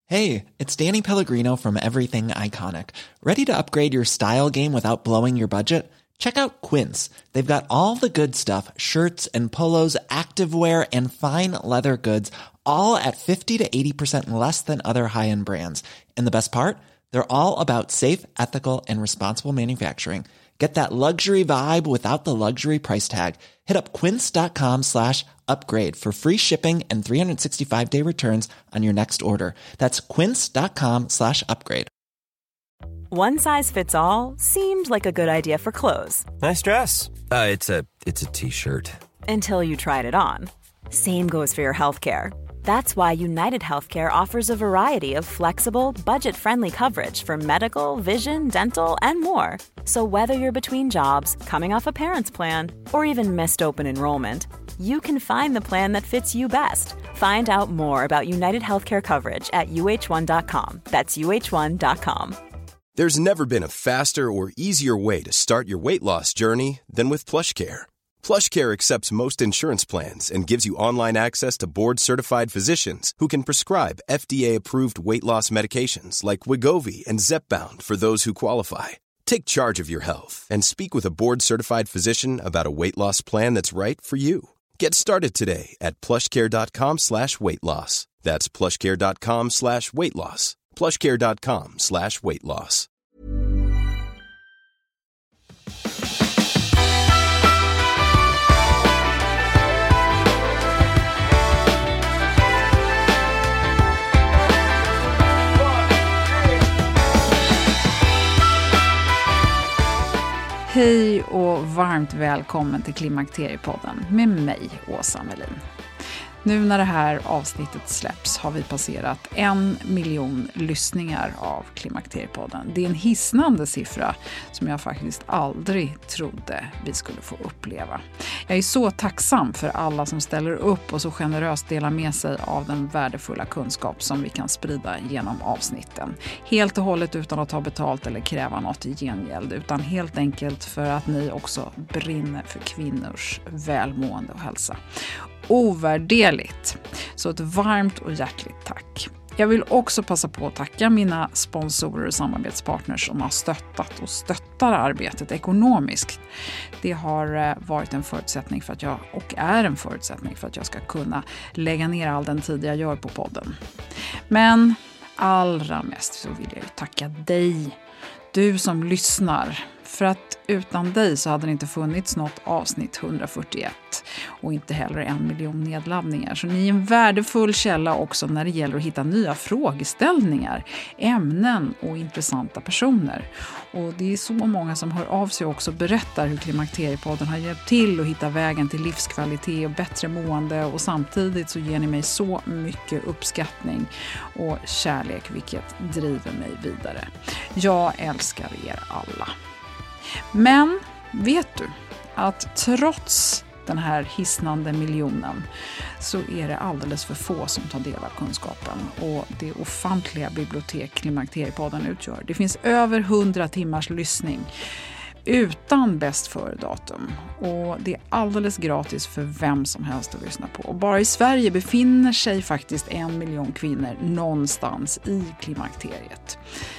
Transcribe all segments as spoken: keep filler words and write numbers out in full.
Hey, it's Danny Pellegrino from Everything Iconic. Ready to upgrade your style game without blowing your budget? Check out Quince. They've got all the good stuff, shirts and polos, activewear, and fine leather goods, all at fifty to eighty percent less than other high-end brands. And the best part? They're all about safe, ethical, and responsible manufacturing. Get that luxury vibe without the luxury price tag. Hit up quince.com slash upgrade for free shipping and three sixty-five day returns on your next order. That's quince.com slash upgrade. One size fits all seemed like a good idea for clothes. Nice dress. Uh, it's a it's a t-shirt. Until you tried it on. Same goes for your healthcare. That's why United Healthcare offers a variety of flexible, budget-friendly coverage for medical, vision, dental, and more. So whether you're between jobs, coming off a parent's plan, or even missed open enrollment, you can find the plan that fits you best. Find out more about United Healthcare coverage at U H one dot com. That's U H one dot com. There's never been a faster or easier way to start your weight loss journey than with PlushCare. PlushCare accepts most insurance plans and gives you online access to board-certified physicians who can prescribe F D A-approved weight loss medications like Wegovy and Zepbound for those who qualify. Take charge of your health and speak with a board-certified physician about a weight loss plan that's right for you. Get started today at plushcare.com slash weight loss. That's plushcare.com slash weight loss. plushcare.com slash weight loss. Hej och varmt välkommen till Klimakteriepodden med mig, Åsa Melin. Nu när det här avsnittet släpps har vi passerat en miljon lyssningar av Klimakteriepodden. Det är en hisnande siffra som jag faktiskt aldrig trodde vi skulle få uppleva. Jag är så tacksam för alla som ställer upp och så generöst delar med sig av den värdefulla kunskap som vi kan sprida genom avsnitten. Helt och hållet utan att ta betalt eller kräva något i gengäld, utan helt enkelt för att ni också brinner för kvinnors välmående och hälsa. Ovärderligt. Så ett varmt och hjärtligt tack. Jag vill också passa på att tacka mina sponsorer och samarbetspartners som har stöttat och stöttar arbetet ekonomiskt. Det har varit en förutsättning för att jag, och är en förutsättning för att jag ska kunna lägga ner all den tid jag gör på podden. Men allra mest så vill jag ju tacka dig, du som lyssnar. För att utan dig så hade det inte funnits något avsnitt hundrafyrtioett och inte heller en miljon nedladdningar. Så ni är en värdefull källa också när det gäller att hitta nya frågeställningar, ämnen och intressanta personer. Och det är så många som hör av sig också och berättar hur Klimakteriepodden har hjälpt till att hitta vägen till livskvalitet och bättre mående, och samtidigt så ger ni mig så mycket uppskattning och kärlek, vilket driver mig vidare. Jag älskar er alla. Men vet du att trots den här hisnande miljonen så är det alldeles för få som tar del av kunskapen och det ofantliga bibliotek Klimakteriepodden utgör. Det finns över hundra timmars lyssning utan bäst före datum, och det är alldeles gratis för vem som helst att lyssna på. Och bara i Sverige befinner sig faktiskt en miljon kvinnor någonstans i klimakteriet.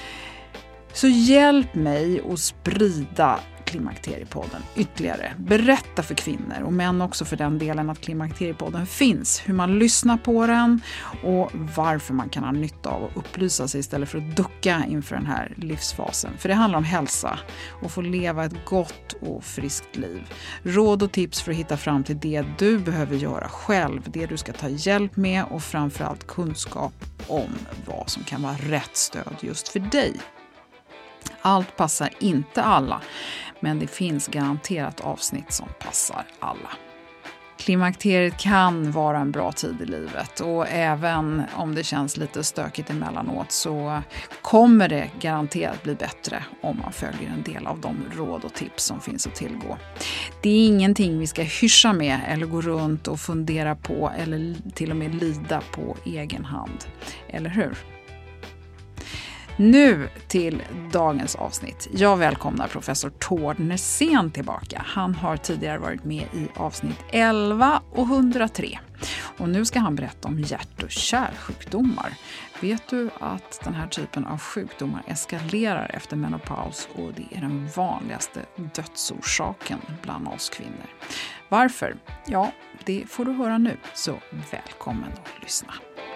Så hjälp mig att sprida Klimakteriepodden ytterligare. Berätta för kvinnor och män också för den delen att Klimakteriepodden finns. Hur man lyssnar på den och varför man kan ha nytta av att upplysa sig istället för att ducka inför den här livsfasen. För det handlar om hälsa och få leva ett gott och friskt liv. Råd och tips för att hitta fram till det du behöver göra själv. Det du ska ta hjälp med och framförallt kunskap om vad som kan vara rätt stöd just för dig. Allt passar inte alla, men det finns garanterat avsnitt som passar alla. Klimakteriet kan vara en bra tid i livet, och även om det känns lite stökigt emellanåt så kommer det garanterat bli bättre om man följer en del av de råd och tips som finns att tillgå. Det är ingenting vi ska hyscha med eller gå runt och fundera på eller till och med lida på egen hand, eller hur? Nu till dagens avsnitt. Jag välkomnar professor Tord Nässén tillbaka. Han har tidigare varit med i avsnitt elva och hundratre. Och nu ska han berätta om hjärt- och kärlsjukdomar. Vet du att den här typen av sjukdomar eskalerar efter menopaus och det är den vanligaste dödsorsaken bland oss kvinnor? Varför? Ja, det får du höra nu, så välkommen att lyssna.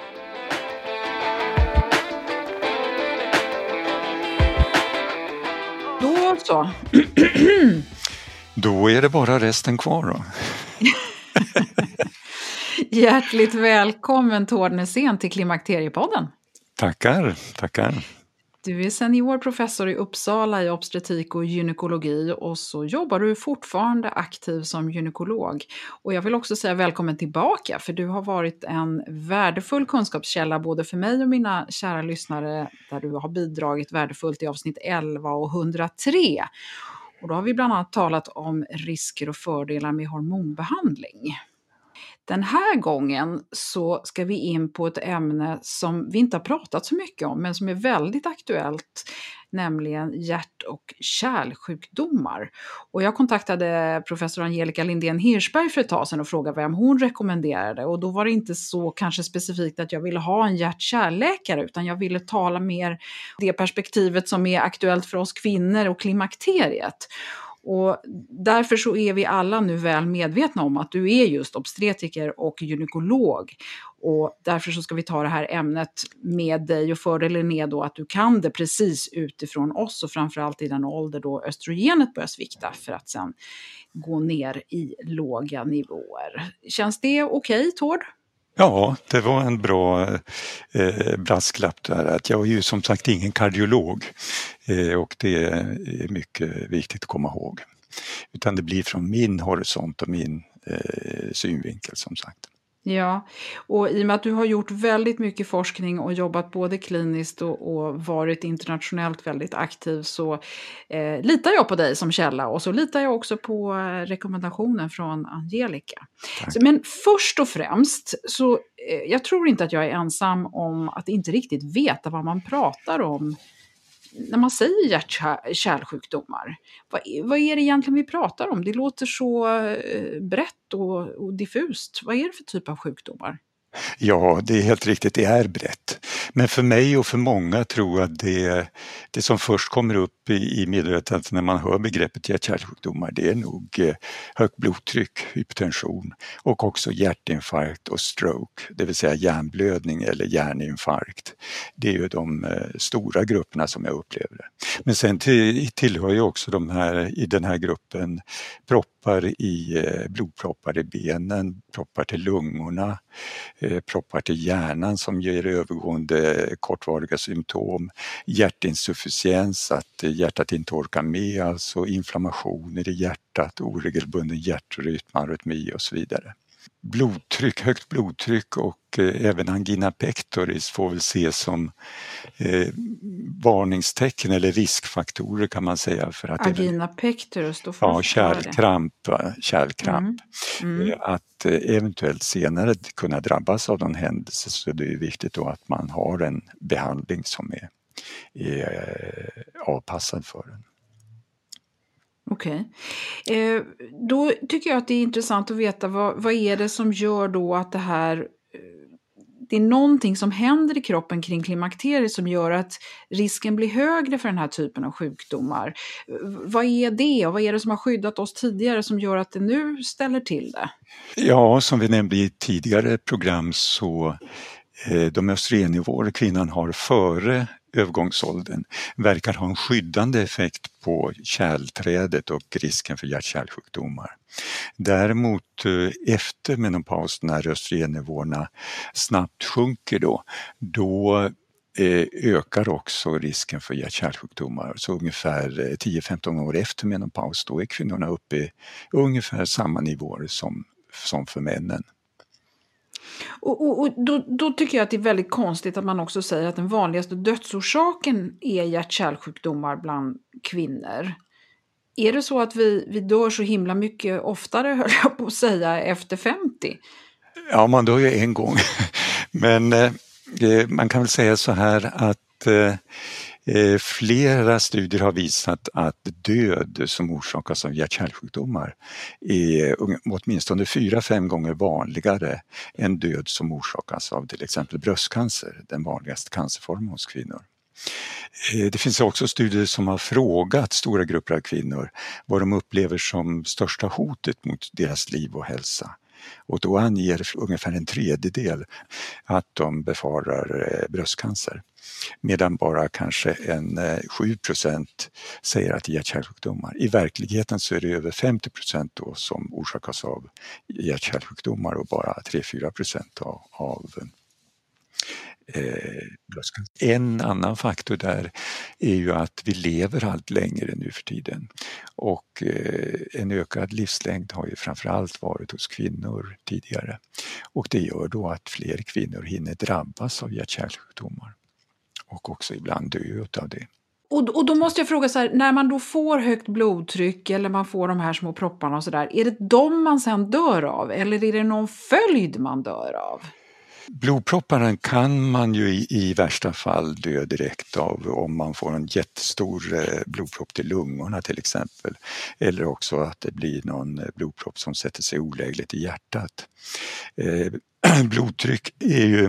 Då så. Då är det bara resten kvar då. Hjärtligt välkommen Tord Nässén till Klimakteriepodden. Tackar, tackar. Du är seniorprofessor i Uppsala i obstetrik och gynekologi och så jobbar du fortfarande aktiv som gynekolog. Och jag vill också säga välkommen tillbaka, för du har varit en värdefull kunskapskälla både för mig och mina kära lyssnare, där du har bidragit värdefullt i avsnitt elva och hundratre. Och då har vi bland annat talat om risker och fördelar med hormonbehandling. Den här gången så ska vi in på ett ämne som vi inte har pratat så mycket om, men som är väldigt aktuellt, nämligen hjärt- och kärlsjukdomar. Och jag kontaktade professor Angelica Lindén Hirschberg för ett tag sedan och frågade vem hon rekommenderade. Och då var det inte så kanske specifikt att jag ville ha en hjärt-kärlläkare, utan jag ville tala mer det perspektivet som är aktuellt för oss kvinnor och klimakteriet. Och därför så är vi alla nu väl medvetna om att du är just obstetriker och gynekolog. Och därför så ska vi ta det här ämnet med dig och för eller med då att du kan det precis utifrån oss och framförallt i den ålder då östrogenet börjar svikta för att sen gå ner i låga nivåer. Känns det okej, okay, Tord? Ja, det var en bra eh, brasklapp där. Att jag är ju som sagt ingen kardiolog eh, och det är mycket viktigt att komma ihåg. Utan det blir från min horisont och min eh, synvinkel som sagt. Ja, och i och med att du har gjort väldigt mycket forskning och jobbat både kliniskt och, och varit internationellt väldigt aktiv så eh, litar jag på dig som källa och så litar jag också på rekommendationen från Angelica. Så, men först och främst så eh, jag tror inte att jag är ensam om att inte riktigt veta vad man pratar om när man säger hjärt-kärlsjukdomar. Vad, vad är det egentligen vi pratar om? Det låter så eh, brett och, och diffust. Vad är det för typ av sjukdomar? Ja, det är helt riktigt, det är brett. Men för mig och för många tror jag att det, det som först kommer upp i, i medvetandet när man hör begreppet hjärt-kärlsjukdomar, det är nog eh, högt blodtryck, hypertension och också hjärtinfarkt och stroke, det vill säga hjärnblödning eller hjärninfarkt. Det är ju de eh, stora grupperna som jag upplever det. Men sen till, tillhör ju också de här, i den här gruppen proppar i eh, blodproppar i benen, proppar till lungorna, eh, proppar till hjärnan som ger övergående kortvariga symptom, hjärtinsufficiens, att hjärtat inte orkar med, alltså inflammationer i hjärtat, oregelbunden hjärtrytm, arytmi och så vidare. Blodtryck, högt blodtryck och eh, även angina pectoris får väl ses som eh, varningstecken eller riskfaktorer kan man säga. För att angina pectoris, då får ja, kärlkramp, kärlkramp. Mm. Mm. Att eh, eventuellt senare kunna drabbas av någon händelse, så det är viktigt då att man har en behandling som är, är avpassad för den. Okej. Okay. Eh, då tycker jag att det är intressant att veta vad, vad är det som gör då att det här, det är någonting som händer i kroppen kring klimakteriet som gör att risken blir högre för den här typen av sjukdomar. Vad är det och vad är det som har skyddat oss tidigare som gör att det nu ställer till det? Ja, som vi nämnde i tidigare program så eh, de östrogennivåer kvinnan har före övergångsåldern verkar ha en skyddande effekt på kärlträdet och risken för hjärt-kärlsjukdomar. Däremot efter menopaus när östrogennivåerna snabbt sjunker då, då eh, ökar också risken för hjärt-kärlsjukdomar. Så ungefär tio till femton år efter menopaus då är kvinnorna uppe i ungefär samma nivåer som, som för männen. Och, och, och då, då tycker jag att det är väldigt konstigt att man också säger att den vanligaste dödsorsaken är hjärt-kärlsjukdomar bland kvinnor. Är det så att vi, vi dör så himla mycket oftare, höll jag på att säga, efter femtio? Ja, man dör ju en gång. Men eh, man kan väl säga så här att att eh, flera studier har visat att död som orsakas av hjärt-kärlsjukdomar är åtminstone fyra, fem gånger vanligare än död som orsakas av till exempel bröstcancer, den vanligaste cancerformen hos kvinnor. Det finns också studier som har frågat stora grupper av kvinnor vad de upplever som största hotet mot deras liv och hälsa. Och då anger ungefär en tredjedel att de befarar bröstcancer. Medan bara kanske en sju procent säger att det är hjärt-kärlsjukdomar. I verkligheten så är det över femtio procent då som orsakas av hjärt-kärlsjukdomar och bara tre till fyra procent av, av Eh, en annan faktor där är ju att vi lever allt längre nu för tiden och eh, en ökad livslängd har ju framförallt varit hos kvinnor tidigare och det gör då att fler kvinnor hinner drabbas av hjärt-kärlsjukdomar och också ibland dö av det. Och, och då måste jag fråga så här, när man då får högt blodtryck eller man får de här små propparna och sådär, är det de man sen dör av eller är det någon följd man dör av? Blodpropparna kan man ju i, i värsta fall dö direkt av om man får en jättestor eh, blodpropp till lungorna till exempel. Eller också att det blir någon blodpropp som sätter sig olägligt i hjärtat. Eh, blodtryck är ju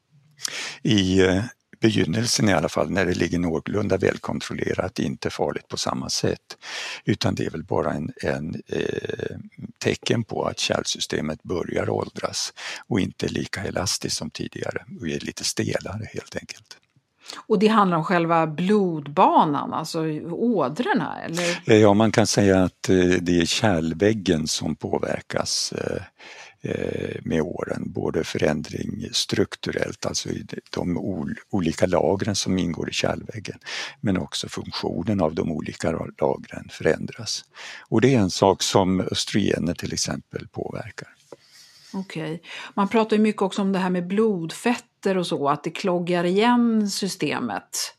i eh, begynnelsen i alla fall, när det ligger någorlunda välkontrollerat, inte farligt på samma sätt. Utan det är väl bara en, en eh, tecken på att kärlsystemet börjar åldras och inte är lika elastiskt som tidigare och är lite stelare helt enkelt. Och det handlar om själva blodbanan, alltså ådrorna, eller? Ja, man kan säga att eh, det är kärlväggen som påverkas eh, med åren, både förändring strukturellt, alltså i de olika lagren som ingår i kärlväggen, men också funktionen av de olika lagren förändras. Och det är en sak som östrogener till exempel påverkar. Okej. Okay. Man pratar ju mycket också om det här med blodfetter och så, att det kloggar igen systemet.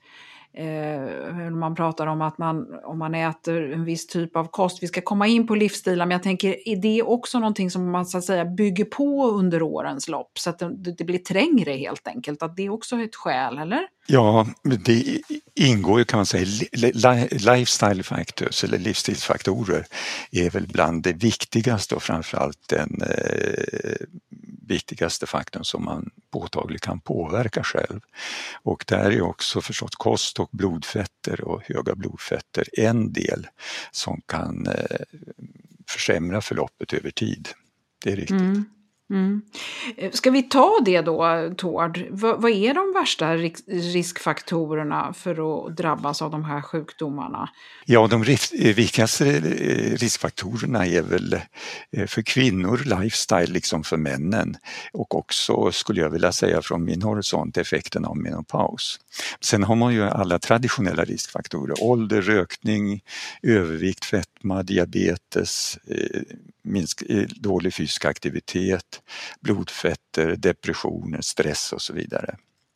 Eh, man pratar om att man, om man äter en viss typ av kost, vi ska komma in på livsstilar, men jag tänker, är det också någonting som man så att säga bygger på under årens lopp så att det, det blir trängre helt enkelt, att det är också ett skäl, eller? Ja, det ingår ju kan man säga, lifestyle factors eller livsstilsfaktorer är väl bland det viktigaste och framförallt den eh, viktigaste faktorn som man påtagligt kan påverka själv. Och där är också förstås kost och blodfetter och höga blodfetter en del som kan eh, försämra förloppet över tid. Det är riktigt. Mm. Mm. Ska vi ta det då, Tord? Vad, vad är de värsta riskfaktorerna för att drabbas av de här sjukdomarna? Ja, de viktigaste riskfaktorerna är väl för kvinnor lifestyle liksom för männen och också skulle jag vilja säga från min horisont effekten av menopaus. Sen har man ju alla traditionella riskfaktorer, ålder, rökning, övervikt, fetma, diabetes, minsk, dålig fysisk aktivitet, blodfetter, depressioner, stress och så vidare.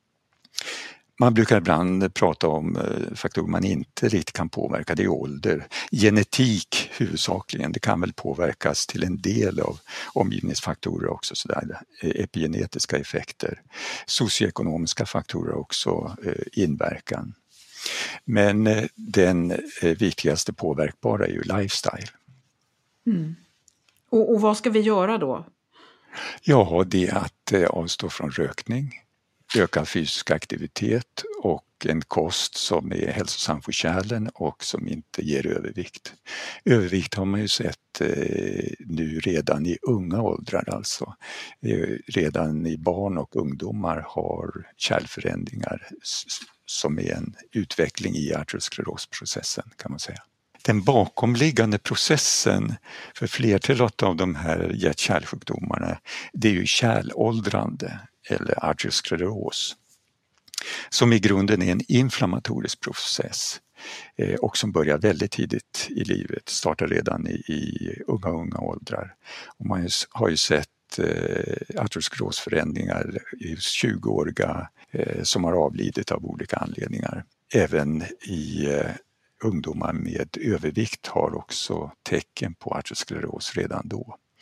Man brukar ibland prata om faktorer man inte riktigt kan påverka, det är ålder. Genetik huvudsakligen, det kan väl påverkas till en del av omgivningsfaktorer också, sådär. Epigenetiska effekter. Socioekonomiska faktorer också inverkan. Men den viktigaste påverkbara är ju lifestyle. Mm. Och, och vad ska vi göra då? Ja, det är att avstå från rökning, öka fysisk aktivitet och en kost som är hälsosam för kärlen och som inte ger övervikt. Övervikt har man ju sett eh, nu redan i unga åldrar alltså. Eh, redan i barn och ungdomar har kärlförändringar s- som är en utveckling i arteriosklerosprocessen kan man säga. Den bakomliggande processen för flertalet av de här hjärt-kärlsjukdomarna, det är ju kärlåldrande eller arterioskleros som i grunden är en inflammatorisk process eh, och som börjar väldigt tidigt i livet, startar redan i, i unga unga åldrar. Och man har ju sett eh, arteriosklerosförändringar i tjugoåriga eh, som har avlidit av olika anledningar. Även i eh, ungdomar med övervikt har också tecken på arterioskleros redan då.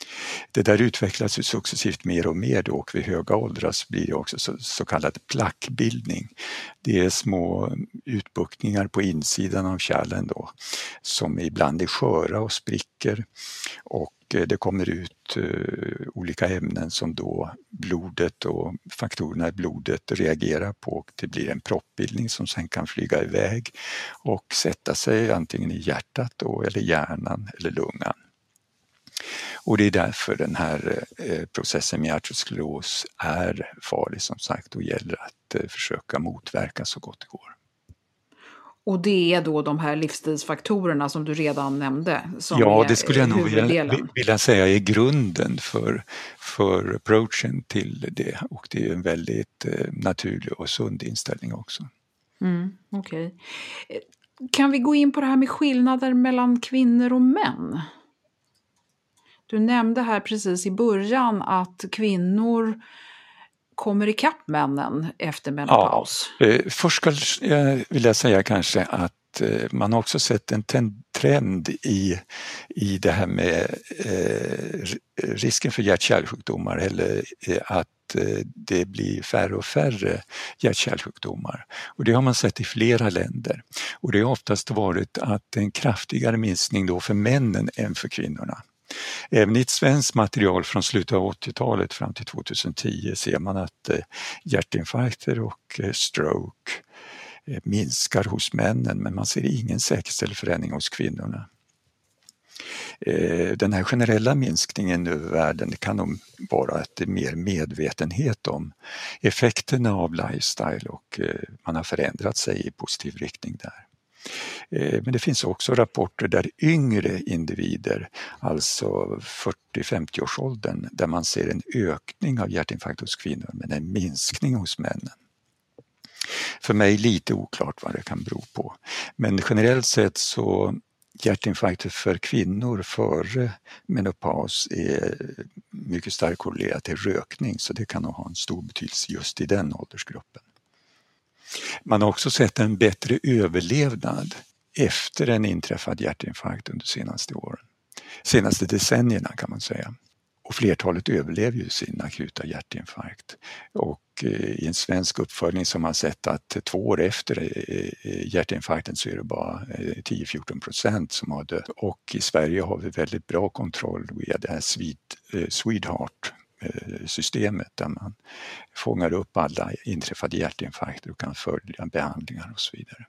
Det där utvecklas ju successivt mer och mer då, och vid höga åldrar så blir det också så, så kallad plackbildning. Det är små utbuktningar på insidan av kärlen då som ibland är sköra och spricker, och det kommer ut uh, olika ämnen som då blodet och faktorerna i blodet reagerar på, och det blir en proppbildning som sen kan flyga iväg och sätta sig antingen i hjärtat då, eller hjärnan eller lungan. Och det är därför den här eh, processen med arterioskleros är farlig, som sagt, och gäller att eh, försöka motverka så gott det går. Och det är då de här livsstilsfaktorerna som du redan nämnde som ja, är det skulle jag nog vilja, vilja säga är grunden för, för approachen till det, och det är en väldigt eh, naturlig och sund inställning också. Mm, okej. Okay. Kan vi gå in på det här med skillnader mellan kvinnor och män? Du nämnde här precis i början att kvinnor kommer ikapp männen efter menopaus. Ja, eh, först ska jag vilja säga kanske att eh, man har också sett en ten- trend i, i det här med eh, risken för hjärt-kärlsjukdomar, eller eh, att eh, det blir färre och färre hjärt-kärlsjukdomar. Och det har man sett i flera länder. Och det har oftast varit att en kraftigare minskning då för männen än för kvinnorna. Även i ett svenskt material från slutet av åttiotalet fram till tjugohundratio ser man att hjärtinfarkter och stroke minskar hos männen, men man ser ingen säkerställd förändring hos kvinnorna. Den här generella minskningen över världen kan nog vara att det är mer medvetenhet om effekterna av lifestyle, och man har förändrat sig i positiv riktning där. Men det finns också rapporter där yngre individer, alltså fyrtio till femtio års åldern, där man ser en ökning av hjärtinfarkt hos kvinnor men en minskning hos männen. För mig lite oklart vad det kan bero på. Men generellt sett så hjärtinfarkter för kvinnor före menopaus är mycket starkt korrelerat till rökning, så det kan nog ha en stor betydelse just i den åldersgruppen. Man har också sett en bättre överlevnad efter en inträffad hjärtinfarkt under de senaste åren. Senaste decennierna kan man säga. Och flertalet överlever ju sin akuta hjärtinfarkt. Och i en svensk uppföljning som man sett att två år efter hjärtinfarkten så är det bara tio till fjorton procent som har dött. Och i Sverige har vi väldigt bra kontroll via det här Swedeheart systemet där man fångar upp alla inträffade hjärtinfarkter och kan följa behandlingar och så vidare.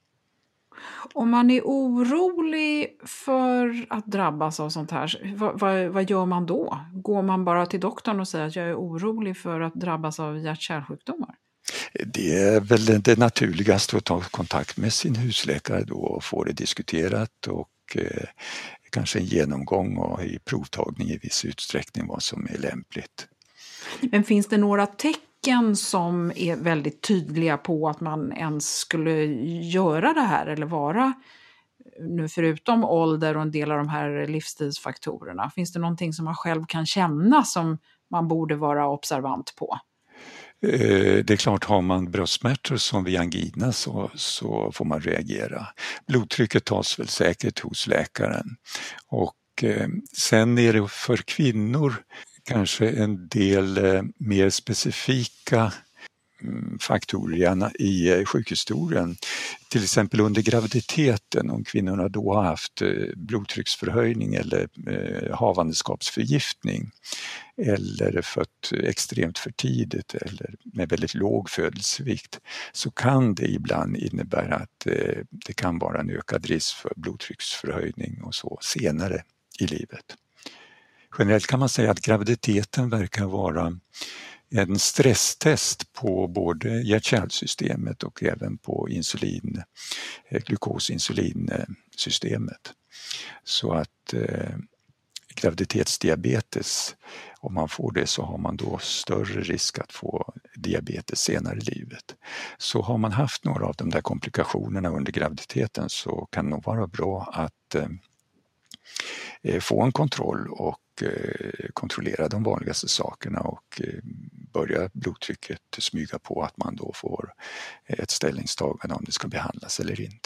Om man är orolig för att drabbas av sånt här, vad, vad, vad gör man då? Går man bara till doktorn och säger att jag är orolig för att drabbas av hjärt-kärlsjukdomar? Det är väl det naturligaste att ta kontakt med sin husläkare då och få det diskuterat, och eh, kanske en genomgång och i provtagning i viss utsträckning vad som är lämpligt. Men finns det några tecken som är väldigt tydliga på att man ens skulle göra det här eller vara, nu förutom ålder och en del av de här livsstilsfaktorerna, finns det någonting som man själv kan känna som man borde vara observant på? Det är klart, har man bröstsmärtor som vid angina så, så får man reagera. Blodtrycket tas väl säkert hos läkaren. Och eh, sen är det för kvinnor kanske en del eh, mer specifika mm, faktorer i sjukhushistorien. Till exempel under graviditeten, om kvinnorna då har haft eh, blodtrycksförhöjning eller eh, havandeskapsförgiftning, eller fött extremt för tidigt eller med väldigt låg födelsevikt, så kan det ibland innebära att eh, det kan vara en ökad risk för blodtrycksförhöjning och så senare i livet. Generellt kan man säga att graviditeten verkar vara en stresstest på både hjärt-kärlsystemet och även på insulin, glukosinsulinsystemet. Så att eh, graviditetsdiabetes, om man får det så har man då större risk att få diabetes senare i livet. Så har man haft några av de där komplikationerna under graviditeten så kan det nog vara bra att eh, få en kontroll och eh, kontrollera de vanligaste sakerna och eh, börja blodtrycket smyga på att man då får ett ställningstagande om det ska behandlas eller inte.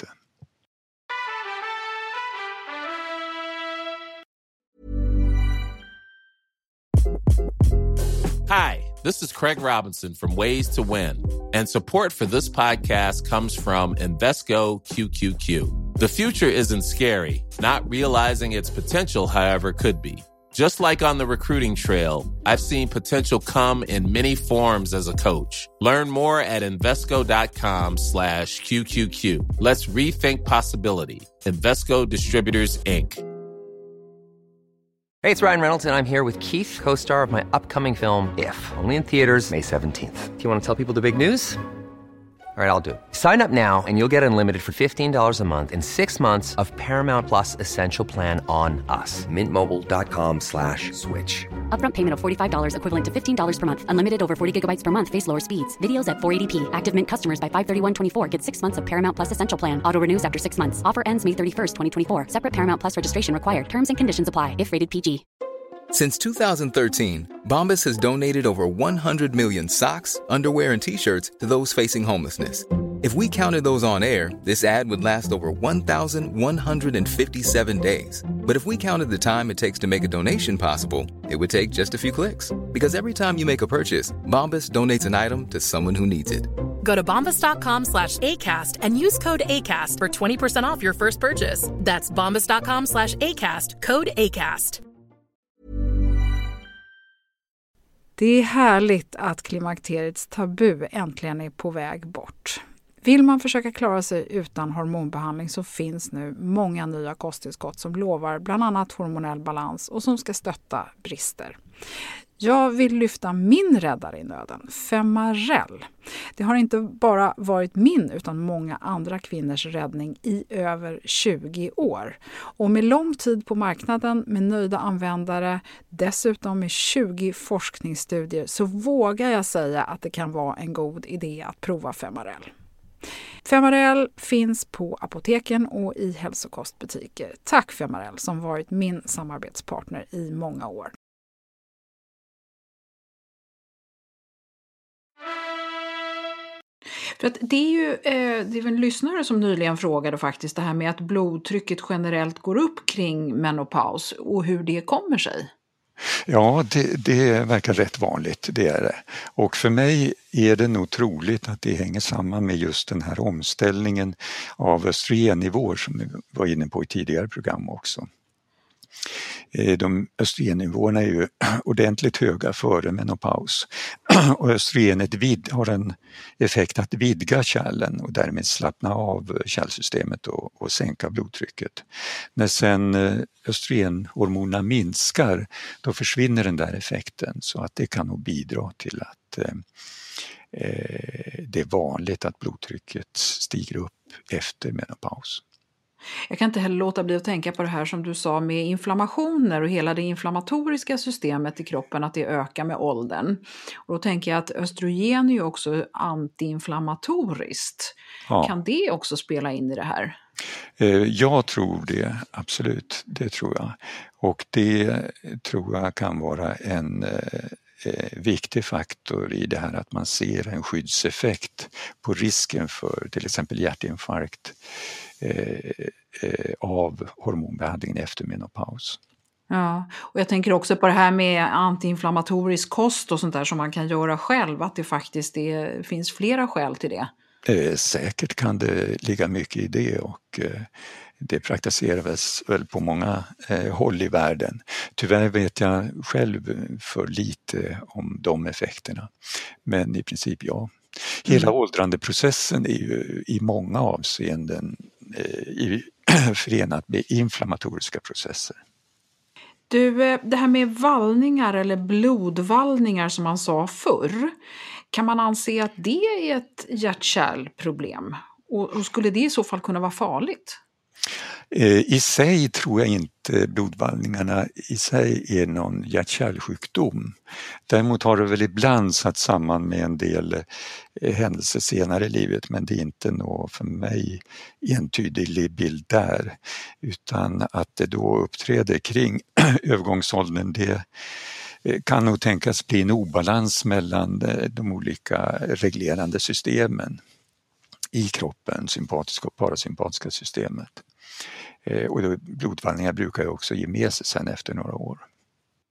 This is Craig Robinson from Ways to Win, and support for this podcast comes from Invesco Q Q Q. The future isn't scary. Not realizing its potential, however, could be. Just like on the recruiting trail, I've seen potential come in many forms as a coach. Learn more at Invesco.com slash QQQ. Let's rethink possibility. Invesco Distributors, Incorporated. Hey, it's Ryan Reynolds, and I'm here with Keith, co-star of my upcoming film, If, only in theaters May seventeenth. Do you want to tell people the big news? All right, I'll do it. Sign up now and you'll get unlimited for fifteen dollars a month and six months of Paramount Plus Essential Plan on us. Mint Mobile dot com slash switch. Upfront payment of forty-five dollars equivalent to fifteen dollars per month. Unlimited over forty gigabytes per month. Face lower speeds. Videos at four eighty p. Active Mint customers by five thirty-one twenty-four get six months of Paramount Plus Essential Plan. Auto renews after six months. Offer ends May thirty-first, twenty twenty-four. Separate Paramount Plus registration required. Terms and conditions apply if rated P G. Since two thousand thirteen, Bombas has donated over one hundred million socks, underwear, and T-shirts to those facing homelessness. If we counted those on air, this ad would last over one thousand one hundred fifty-seven days. But if we counted the time it takes to make a donation possible, it would take just a few clicks. Because every time you make a purchase, Bombas donates an item to someone who needs it. Go to bombas.com slash ACAST and use code ACAST for twenty percent off your first purchase. That's bombas.com slash ACAST, code ACAST. Det är härligt att klimakteriets tabu äntligen är på väg bort. Vill man försöka klara sig utan hormonbehandling så finns nu många nya kosttillskott som lovar bland annat hormonell balans och som ska stötta brister. Jag vill lyfta min räddare i nöden, Femarel. Det har inte bara varit min utan många andra kvinnors räddning i över tjugo år. Och med lång tid på marknaden, med nöjda användare, dessutom med tjugo forskningsstudier så vågar jag säga att det kan vara en god idé att prova Femarel. Femarel finns på apoteken och i hälsokostbutiker. Tack Femarel som varit min samarbetspartner i många år. För att det är ju eh, det är en lyssnare som nyligen frågade faktiskt det här med att blodtrycket generellt går upp kring menopaus och hur det kommer sig. Ja, det, det verkar rätt vanligt, det är det. Och för mig är det nog troligt att det hänger samman med just den här omställningen av östrogennivåer som vi var inne på i tidigare program också. De östrogennivåerna är ju ordentligt höga före menopaus och östrogenet vid, har en effekt att vidga kärlen och därmed slappna av kärlsystemet och, och sänka blodtrycket. När sen östrogenhormonerna minskar då försvinner den där effekten så att det kan nog bidra till att eh, det är vanligt att blodtrycket stiger upp efter menopaus. Jag kan inte heller låta bli att tänka på det här som du sa med inflammationer och hela det inflammatoriska systemet i kroppen, att det ökar med åldern. Och då tänker jag att östrogen är ju också antiinflammatoriskt. Ja. Kan det också spela in i det här? Jag tror det, absolut. Det tror jag. Och det tror jag kan vara en viktig faktor i det här att man ser en skyddseffekt på risken för till exempel hjärtinfarkt av hormonbehandlingen efter menopaus. Ja, och jag tänker också på det här med antiinflammatorisk kost och sånt där som man kan göra själv, att det faktiskt är, finns flera skäl till det. Eh, säkert kan det ligga mycket i det och eh, det praktiseras väl på många eh, håll i världen. Tyvärr vet jag själv för lite om de effekterna, men i princip ja. Hela mm. åldrandeprocessen är ju i många avseenden eh, i, förenat med inflammatoriska processer. Du, det här med vallningar eller blodvallningar som man sa förr, kan man anse att det är ett hjärt-kärlproblem? Och, och skulle det i så fall kunna vara farligt? I sig tror jag inte blodvallningarna i sig är någon hjärt-kärlsjukdom. Däremot har det väl ibland satt samman med en del händelser senare i livet, men det är inte något för mig entydig bild där. Utan att det då uppträder kring övergångsåldern, det kan nog tänkas bli en obalans mellan de olika reglerande systemen i kroppen, sympatiska och parasympatiska systemet. Och då, blodvallningar brukar ju också ge med sig sen efter några år.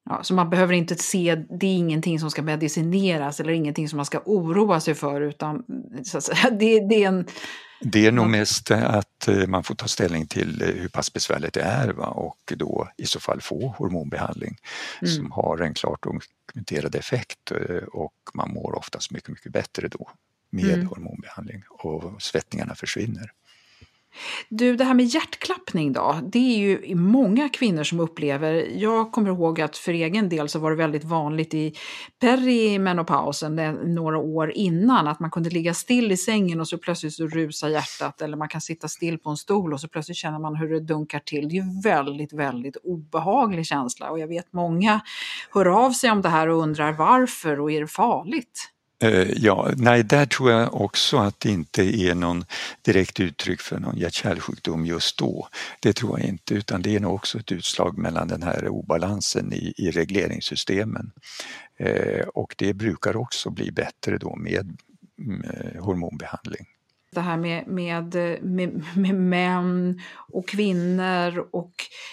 Ja, så man behöver inte se, det är ingenting som ska medicineras eller ingenting som man ska oroa sig för, utan så att säga, det, det är en... Det är nog mest att man får ta ställning till hur pass besvärligt det är, va? Och då i så fall få hormonbehandling mm. som har en klart dokumenterad effekt, och man mår oftast mycket, mycket bättre då med mm. hormonbehandling och svettningarna försvinner. Du, det här med hjärtklappning då, det är ju många kvinnor som upplever, jag kommer ihåg att för egen del så var det väldigt vanligt i perimenopausen några år innan, att man kunde ligga still i sängen och så plötsligt så rusar hjärtat, eller man kan sitta still på en stol och så plötsligt känner man hur det dunkar till. Det är ju väldigt, väldigt obehaglig känsla, och jag vet många hör av sig om det här och undrar varför, och är det farligt? Ja, nej, där tror jag också att det inte är någon direkt uttryck för någon hjärt-kärlsjukdom just då. Det tror jag inte, utan det är nog också ett utslag mellan den här obalansen i, i regleringssystemen. Eh, och det brukar också bli bättre då med, med hormonbehandling. Det här med, med, med, med män och kvinnor och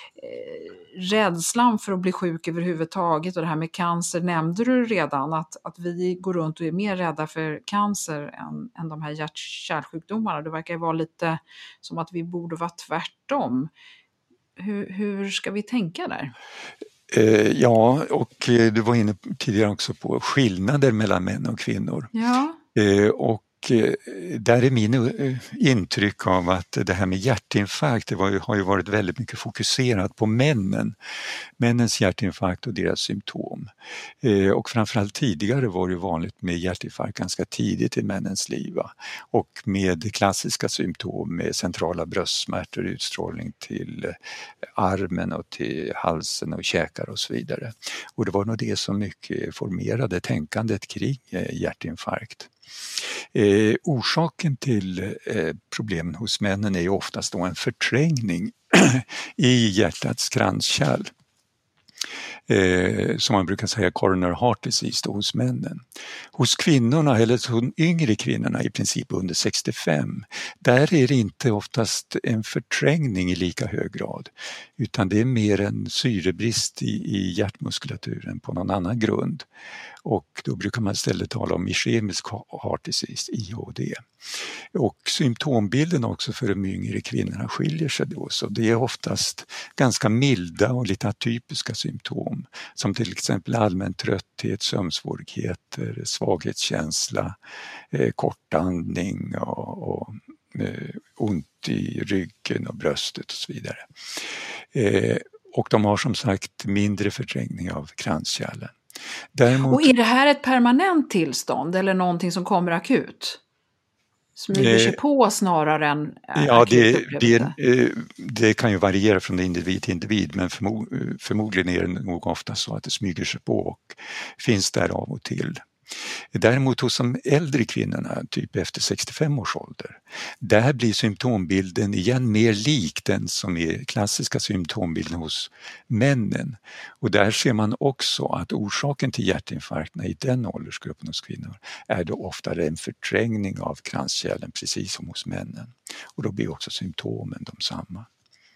eh, rädslan för att bli sjuk överhuvudtaget, och det här med cancer nämnde du redan, att, att vi går runt och är mer rädda för cancer än, än de här hjärt-kärlsjukdomarna. Det verkar vara lite som att vi borde vara tvärtom. Hur, hur ska vi tänka där? Eh, ja, och du var inne tidigare också på skillnader mellan män och kvinnor. Ja. Eh, och där är min intryck av att det här med hjärtinfarkt, det var ju, har ju varit väldigt mycket fokuserat på männen. Männens hjärtinfarkt och deras symptom. Eh, och framförallt tidigare var det vanligt med hjärtinfarkt ganska tidigt i männens liv. Va? Och med klassiska symptom med centrala bröstsmärtor, utstrålning till armen och till halsen och käkar och så vidare. Och det var nog det som mycket formerade tänkandet kring eh, hjärtinfarkt. Eh, orsaken till eh, problemen hos männen är ju oftast då en förträngning i hjärtats kranskärl. Eh, som man brukar säga coronary heart disease då, hos männen. Hos kvinnorna, eller hos yngre kvinnorna i princip under sextiofem, där är det inte oftast en förträngning i lika hög grad, utan det är mer en syrebrist i, i hjärtmuskulaturen på någon annan grund. Och då brukar man istället tala om ischemisk heart disease, I H D. Och symptombilden också för de yngre kvinnorna skiljer sig då, så det är oftast ganska milda och lite atypiska symptom, som till exempel allmän trötthet, sömnsvårigheter, svaghetskänsla, eh, kortandning och, och eh, ont i ryggen och bröstet och så vidare. Eh, och de har som sagt mindre förträngning av kranskärlen. Däremot... Och är det här ett permanent tillstånd eller någonting som kommer akut? Smyger sig på snarare än ja, det, det, det kan ju variera från individ till individ, men förmo, förmodligen är det nog ofta så att det smyger sig på och finns där av och till. Däremot hos de äldre kvinnorna, typ efter sextiofem års ålder, där blir symptombilden igen mer lik den som är klassiska symptombilden hos männen. Och där ser man också att orsaken till hjärtinfarkterna i den åldersgruppen hos kvinnor är då oftare en förträngning av kranskärlen, precis som hos männen. Och då blir också symptomen de samma.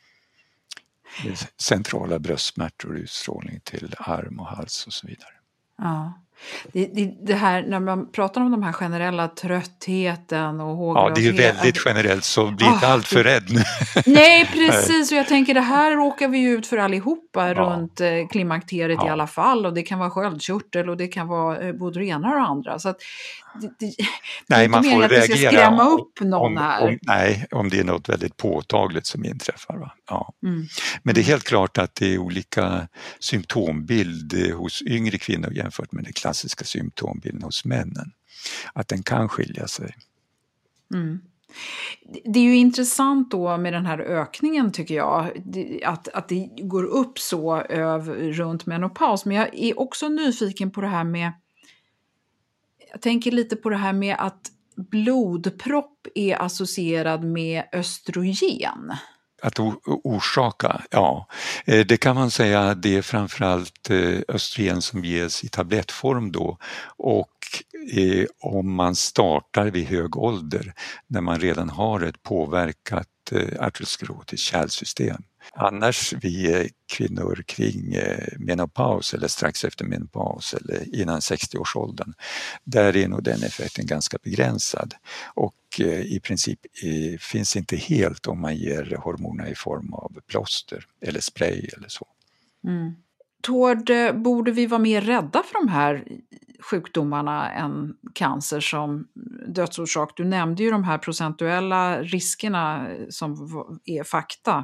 Centrala bröstsmärtor, utstrålning till arm och hals och så vidare. Ja. Det, det, det här, när man pratar om de här generella tröttheten och håglöshet. Ja, det är ju väldigt generellt, så bli inte oh, allt för rädd nu. Nej, precis. Och jag tänker, det här råkar vi ut för allihopa ja. runt eh, klimakteriet ja. i alla fall. Och det kan vara sköldkörtel och det kan vara eh, både det ena och det andra. Så att det, det, nej, det är man inte får att reagera. Det ska skrämma upp någon om, här. Om, nej, om det är något väldigt påtagligt som inträffar. Va? Ja. Mm. Men det är helt klart att det är olika symptombild hos yngre kvinnor jämfört med det klassiska symptombilden hos männen. Att den kan skilja sig. Mm. Det är ju intressant då med den här ökningen, tycker jag, att, att det går upp så över, runt menopaus. Men jag är också nyfiken på det här med, jag tänker lite på det här med att blodpropp är associerad med östrogen. Att orsaka, ja. Det kan man säga, det är framförallt östrogen som ges i tablettform då, och eh, om man startar vid hög ålder när man redan har ett påverkat eh, arteriosklerotiskt kärlsystem. Annars vi kvinnor kring menopaus eller strax efter menopaus eller innan sextio-årsåldern, där är nog den effekten ganska begränsad och i princip finns inte helt om man ger hormoner i form av plåster eller spray eller så. Mm. Tord, borde vi vara mer rädda för de här sjukdomarna än cancer som dödsorsak? Du nämnde ju de här procentuella riskerna som är fakta.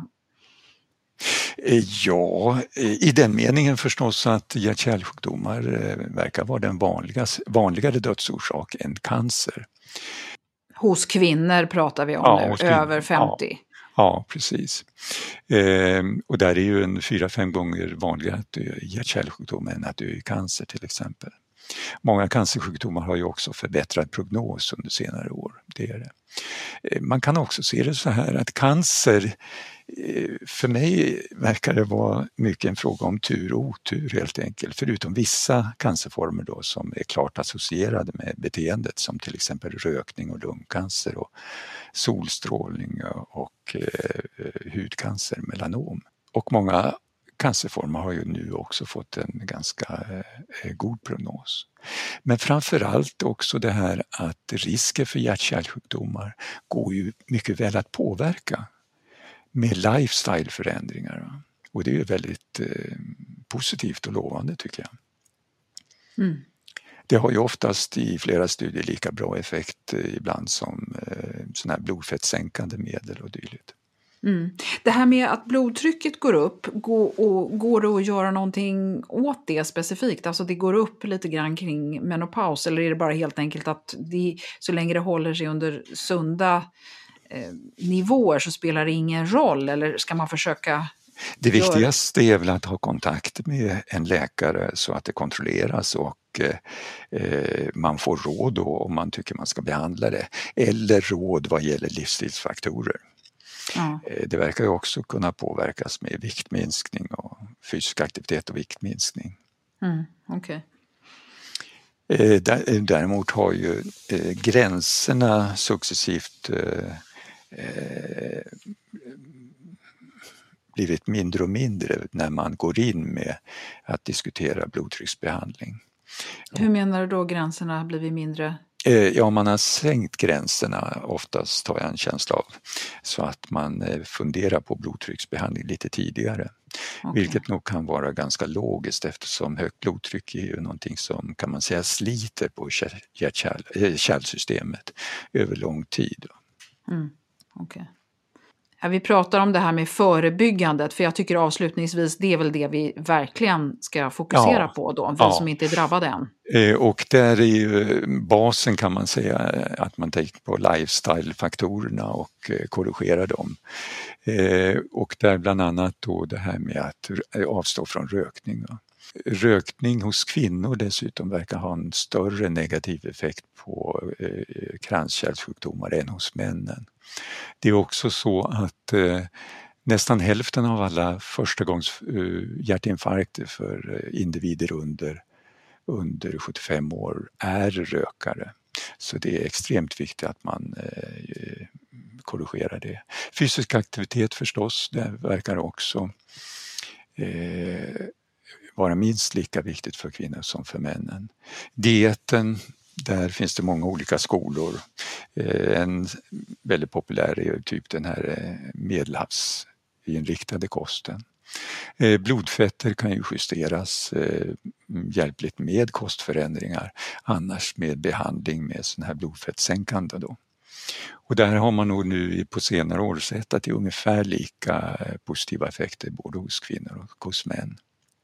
Ja, i den meningen förstås att hjärt-kärlsjukdomar verkar vara den vanligaste, vanligare dödsorsak än cancer. Hos kvinnor pratar vi om ja, nu, över femtio. Ja. Ja, precis. Eh, och där är ju en fyra, fem gånger vanligare att dö i hjärt-kärlsjukdom än att dö i cancer till exempel. Många cancersjukdomar har ju också förbättrad prognos under senare år. Det är det. Eh, man kan också se det så här att cancer, eh, för mig verkar det vara mycket en fråga om tur och otur helt enkelt. Förutom vissa cancerformer då som är klart associerade med beteendet som till exempel rökning och lungcancer och solstrålning och eh, hudcancer, melanom. Och många cancerformer har ju nu också fått en ganska eh, god prognos. Men framförallt också det här att risker för hjärt-kärlsjukdomar går ju mycket väl att påverka med lifestyle-förändringar. Och det är ju väldigt eh, positivt och lovande tycker jag. Mm. Det har ju oftast i flera studier lika bra effekt ibland som eh, sådana här blodfettsänkande medel och dylikt. Mm. Det här med att blodtrycket går upp, går, och, går det att göra någonting åt det specifikt? Alltså det går upp lite grann kring menopaus, eller är det bara helt enkelt att det, så länge det håller sig under sunda eh, nivåer så spelar det ingen roll, eller ska man försöka? Det viktigaste är väl att ha kontakt med en läkare så att det kontrolleras och eh, man får råd då om man tycker man ska behandla det, eller råd vad gäller livsstilsfaktorer. Ja. Det verkar ju också kunna påverkas med viktminskning och fysisk aktivitet och viktminskning. Mm, okay. Däremot har ju gränserna successivt blivit mindre och mindre när man går in med att diskutera blodtrycksbehandling. Hur menar du då gränserna har blivit mindre? Ja, man har sänkt gränserna oftast, har jag en känsla av, så att man funderar på blodtrycksbehandling lite tidigare. Okay. Vilket nog kan vara ganska logiskt eftersom högt blodtryck är ju någonting som kan man säga sliter på hjärt-kärlsystemet över lång tid. Mm. Okej. Okay. Ja, vi pratar om det här med förebyggandet, för jag tycker avslutningsvis det är väl det vi verkligen ska fokusera ja, på då, vi ja. som inte är drabbade än. Eh, och där är ju basen kan man säga att man tänker på lifestyle-faktorerna och eh, korrigerar dem. Eh, och där bland annat då det här med att avstå från rökning. Va? Rökning hos kvinnor dessutom verkar ha en större negativ effekt på eh, kranskärlssjukdomar än hos männen. Det är också så att eh, nästan hälften av alla förstagångs eh, hjärtinfarkter för eh, individer under, under sjuttiofem år är rökare. Så det är extremt viktigt att man eh, korrigerar det. Fysisk aktivitet förstås, det verkar också eh, vara minst lika viktigt för kvinnor som för männen. Dieten, där finns det många olika skolor. En väldigt populär är typ den här medelhavsinriktade kosten. Blodfetter kan ju justeras hjälpligt med kostförändringar, annars med behandling med sån här blodfettsänkande då. Och där har man nog nu på senare år sett att det är ungefär lika positiva effekter både hos kvinnor och hos män.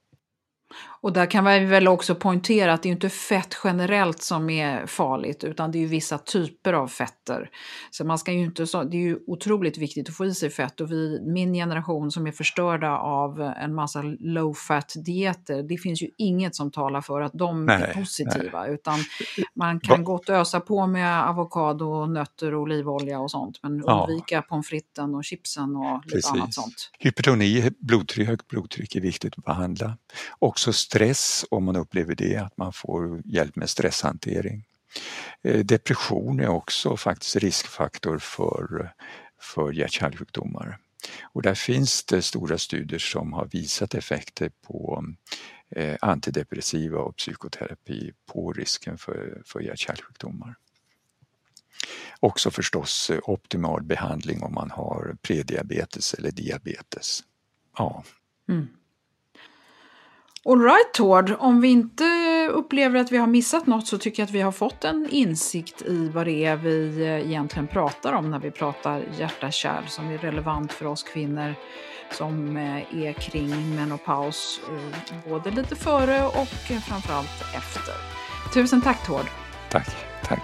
Och där kan vi väl också poängtera att det är inte fett generellt som är farligt, utan det är ju vissa typer av fetter. Så man ska ju inte, så, det är ju otroligt viktigt att få i sig fett, och vi, min generation som är förstörda av en massa low fat dieter, det finns ju inget som talar för att de nej, är positiva, nej. Utan man kan Va? gott ösa på med avokado, nötter och olivolja och sånt, men ja. undvika pommes fritesen och chipsen och lite Precis. annat sånt. Hypertoni, blodtryck, blodtryck är viktigt att behandla. Också stress, om man upplever det, att man får hjälp med stresshantering. Eh, depression är också faktiskt riskfaktor för, för hjärt-kärlsjukdomar. Och där finns det stora studier som har visat effekter på eh, antidepressiva och psykoterapi på risken för, för hjärt-kärlsjukdomar. Också förstås eh, optimal behandling om man har prediabetes eller diabetes. Ja. Mm. All right, Tord. Om vi inte upplever att vi har missat något så tycker jag att vi har fått en insikt i vad det är vi egentligen pratar om när vi pratar hjärta-kärl som är relevant för oss kvinnor som är kring menopaus, både lite före och framförallt efter. Tusen tack, Tord. Tack, tack.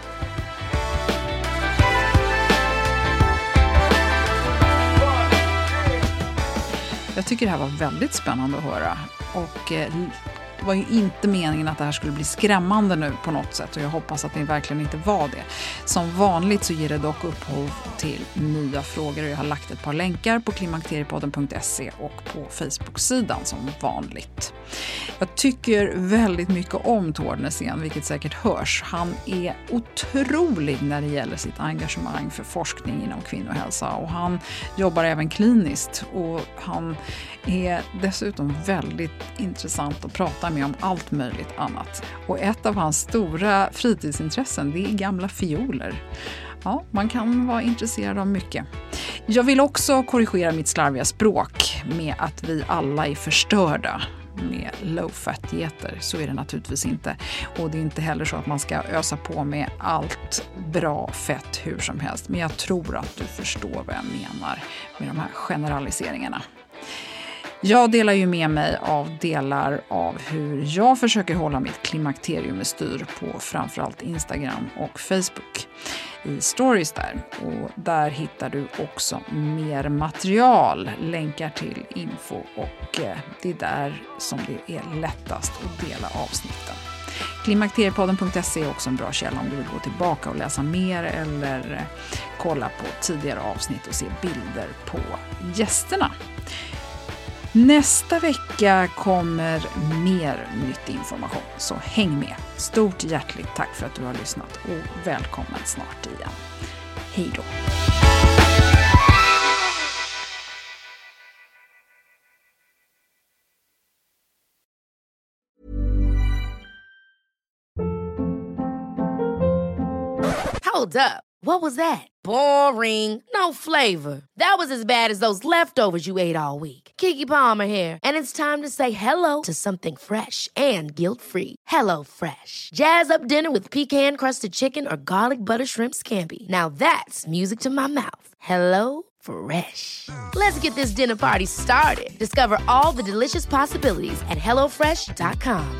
Jag tycker det här var väldigt spännande att höra och eh, det var ju inte meningen att det här skulle bli skrämmande nu på något sätt och jag hoppas att det verkligen inte var det. Som vanligt så ger det dock upphov till nya frågor och jag har lagt ett par länkar på klimakteriepodden punkt se och på Facebook-sidan som vanligt. Jag tycker väldigt mycket om Tord Nässén, vilket säkert hörs. Han är otrolig när det gäller sitt engagemang för forskning inom kvinnohälsa och han jobbar även kliniskt och han är dessutom väldigt intressant att prata med om allt möjligt annat. Och ett av hans stora fritidsintressen det är gamla fioler. Ja, man kan vara intresserad av mycket. Jag vill också korrigera mitt slarviga språk med att vi alla är förstörda med low-fat-dieter. Så är det naturligtvis inte. Och det är inte heller så att man ska ösa på med allt bra fett hur som helst. Men jag tror att du förstår vad jag menar med de här generaliseringarna. Jag delar ju med mig av delar av hur jag försöker hålla mitt klimakterium i styr på framförallt Instagram och Facebook i stories där. Och där hittar du också mer material, länkar till info och det är där som det är lättast att dela avsnitten. klimakteriepodden punkt se är också en bra källa om du vill gå tillbaka och läsa mer eller kolla på tidigare avsnitt och se bilder på gästerna. Nästa vecka kommer mer nytt information, så häng med. Stort hjärtligt tack för att du har lyssnat och välkommen snart igen. Hej då! Hold up. What was that? Boring. No flavor. That was as bad as those leftovers you ate all week. Keke Palmer here, and it's time to say hello to something fresh and guilt-free. Hello Fresh. Jazz up dinner with pecan-crusted chicken or garlic butter shrimp scampi. Now that's music to my mouth. Hello Fresh. Let's get this dinner party started. Discover all the delicious possibilities at hello fresh dot com.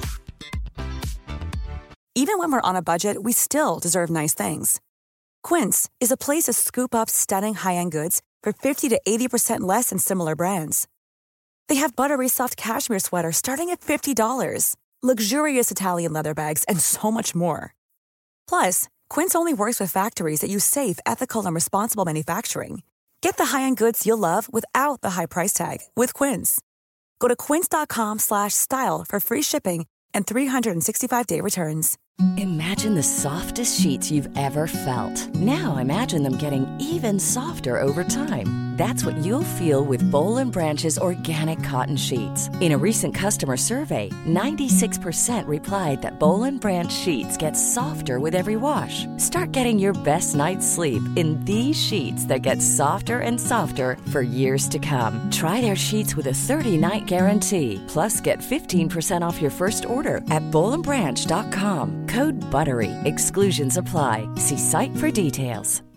Even when we're on a budget, we still deserve nice things. Quince is a place to scoop up stunning high-end goods for fifty to eighty percent less than similar brands. They have buttery soft cashmere sweaters starting at fifty dollars, luxurious Italian leather bags, and so much more. Plus, Quince only works with factories that use safe, ethical, and responsible manufacturing. Get the high-end goods you'll love without the high price tag with Quince. Go to quince dot com slash style for free shipping and three sixty-five day returns. Imagine the softest sheets you've ever felt. Now imagine them getting even softer over time. That's what you'll feel with Boll and Branch's organic cotton sheets. In a recent customer survey, ninety-six percent replied that Boll and Branch sheets get softer with every wash. Start getting your best night's sleep in these sheets that get softer and softer for years to come. Try their sheets with a thirty-night guarantee. Plus, get fifteen percent off your first order at boll and branch dot com. Code BUTTERY. Exclusions apply. See site for details.